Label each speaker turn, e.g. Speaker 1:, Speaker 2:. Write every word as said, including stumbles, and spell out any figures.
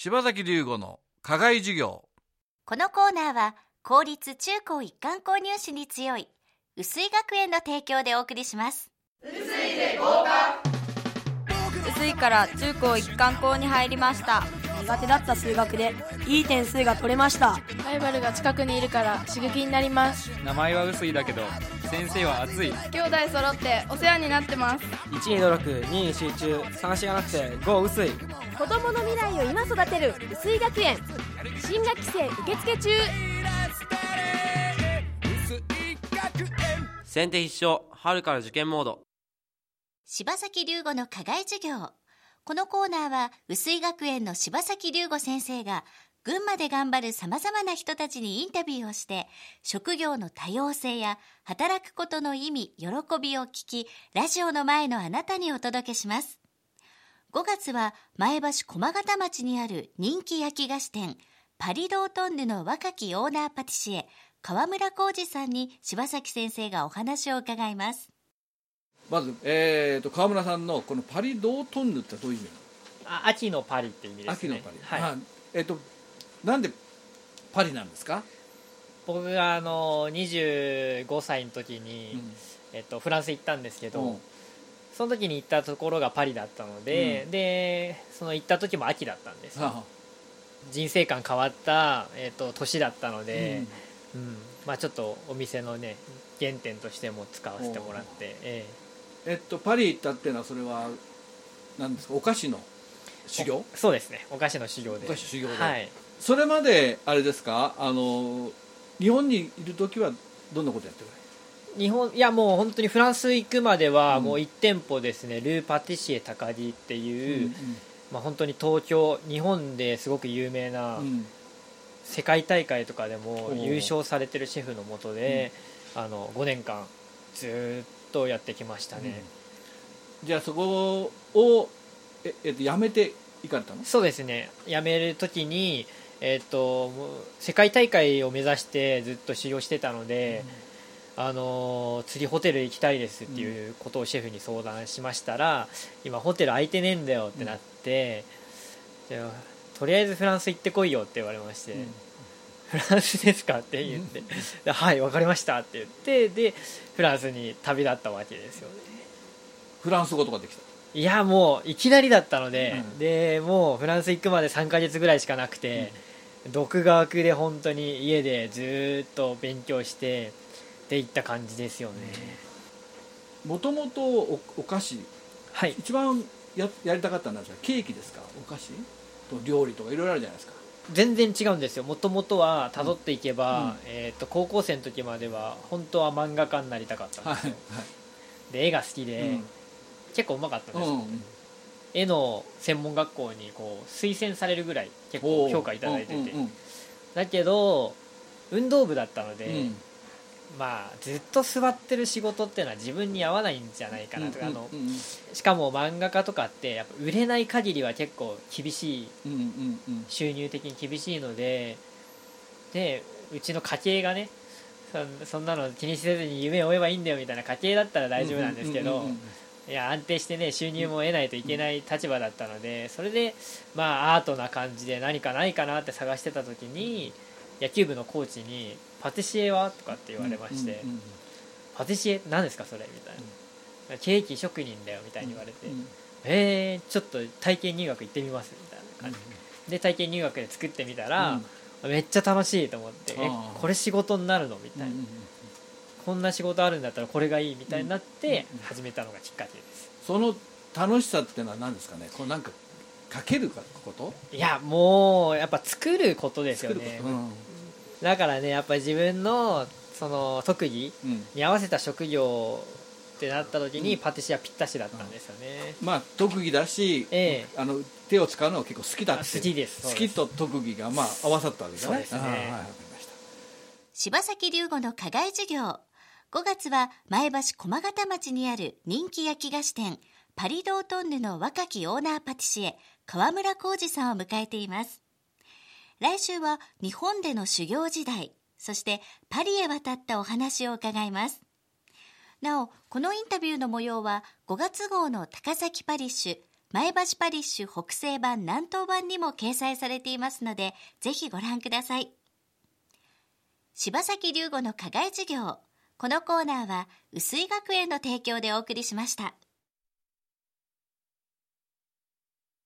Speaker 1: 柴崎龍吾の課外授業。
Speaker 2: このコーナーは公立中高一貫購入士に強い臼井学園の提供でお送りします。
Speaker 3: 臼井で合格。
Speaker 4: 臼井から中高一貫校に入りました。
Speaker 5: 苦手だった数学でいい点数が取れました。
Speaker 6: ライバルが近くにいるから刺激になります。
Speaker 7: 名前は臼井だけど先生は熱い。
Speaker 6: 兄弟揃ってお世話になってます。
Speaker 8: いちに努力、にに集中、さんしがなくてご臼井。
Speaker 9: 子供の未来を今育てる臼井学園。新学期生受付中。
Speaker 10: 先手必勝、春から受験モード。
Speaker 2: 柴崎龍吾の課外授業。このコーナーは臼井学園の柴崎龍吾先生が群馬で頑張るさまざまな人たちにインタビューをして職業の多様性や働くことの意味、喜びを聞き、ラジオの前のあなたにお届けします。ごがつは前橋駒形町にある人気焼き菓子店パリドートンヌの若きオーナーパティシエ川村浩二さんに柴崎先生がお話を伺います。
Speaker 1: まず、えー、と川村さんのこのパリドートンヌってどういう意味なの？
Speaker 11: あ、秋のパリって意味ですね。
Speaker 1: 秋のパリ、
Speaker 11: はい。
Speaker 1: あ、えー、となんでパリなんですか？
Speaker 11: 僕があのにじゅうごさいの時に、うん、えっと、フランス行ったんですけど、うん、その時に行ったところがパリだったので、うん、でその行った時も秋だったんですよ。はあ、人生観変わった、えっと、年だったので、うんうん、まあ、ちょっとお店のね原点としても使わせてもらって、ええ
Speaker 1: えっと、パリ行ったっていうのはそれは何ですか？お菓子の修行？
Speaker 11: そうですね、お菓子の修行で。
Speaker 1: お菓子修行で、
Speaker 11: はい。
Speaker 1: それまであれですか、あの日本にいる時はどんなことやってる？
Speaker 11: 日本、いやもう本当にフランス行くまではもういち店舗ですね、うん、ルーパティシエ高木っていう、うんうん、まあ、本当に東京日本ですごく有名な、うん、世界大会とかでも優勝されてるシェフのもとで、うん、あのごねんかんずっとやってきましたね。
Speaker 1: うん、じゃあそこをえ、えっと、辞めて行かれたの？
Speaker 11: そうですね、辞める時に、えっと、世界大会を目指してずっと修行してたので、うん、あの次ホテル行きたいですっていうことをシェフに相談しましたら、うん、今ホテル空いてねえんだよってなって、うん、とりあえずフランス行ってこいよって言われまして、うん、フランスですかって言って、うん、はい分かりましたって言って、でフランスに旅立ったわけですよね。
Speaker 1: フランス語とかできた？
Speaker 11: いやもういきなりだったので、うん、でもうフランス行くまでさんかげつぐらいしかなくて、うん、独学で本当に家でずっと勉強してっていった感じですよね。
Speaker 1: もともとお菓子、
Speaker 11: はい、
Speaker 1: 一番 や, やりたかったのはケーキですか？お菓子と料理とかいろいろあるじゃないですか。
Speaker 11: 全然違うんですよ。もともとはたどっていけば、うん、えー、と高校生の時までは本当は漫画家になりたかったんですよ。はいはい、で絵が好きで、うん、結構うまかったんですよ、うん、絵の専門学校にこう推薦されるぐらい結構評価いただいてて、うんうんうん、だけど運動部だったので、うん、まあずっと座ってる仕事っていうのは自分に合わないんじゃないかなとか、うんうんうん、あのしかも漫画家とかってやっぱ売れない限りは結構厳しい、うんうんうん、収入的に厳しいので、でうちの家系がね そ, そんなの気にせずに夢を追えばいいんだよみたいな家系だったら大丈夫なんですけど、いや安定してね収入も得ないといけない立場だったので、それでまあアートな感じで何かないかなって探してた時に野球部のコーチにパティシエはとかって言われまして、うんうんうん、パティシエ何ですかそれみたいな、ケーキ職人だよみたいに言われて、うんうん、えー、ちょっと体験入学行ってみますみたいな感じ、うんうん、で体験入学で作ってみたら、うん、めっちゃ楽しいと思って、えこれ仕事になるのみたいな、うんうんうん、こんな仕事あるんだったらこれがいいみたいになって始めたのがきっかけです。
Speaker 1: その楽しさってのは何ですかね？こうなんかかけること？
Speaker 11: いやもうやっぱ作ることですよね、うん、だからねやっぱり自分のその特技に合わせた職業ってなった時にパティシエはぴったしだったんですよね、
Speaker 1: うん、まあ特技だし、えー、あの手を使うのは結構好きだって。
Speaker 11: 好きです。
Speaker 1: 好きと特技がまあ合わさったわけですね。
Speaker 11: そうですね、はい、分かりま
Speaker 2: した。柴崎龍吾の課外授業。ごがつは前橋駒形町にある人気焼き菓子店パリドートンヌの若きオーナーパティシエ川村浩二さんを迎えています。来週は日本での修行時代、そしてパリへ渡ったお話を伺います。なおこのインタビューの模様はごがつ号の高崎パリッシュ前橋パリッシュ北西版南東版にも掲載されていますので、ぜひご覧ください。柴崎龍吾の課外授業。このコーナーは、碓井学園の提供でお送りしました。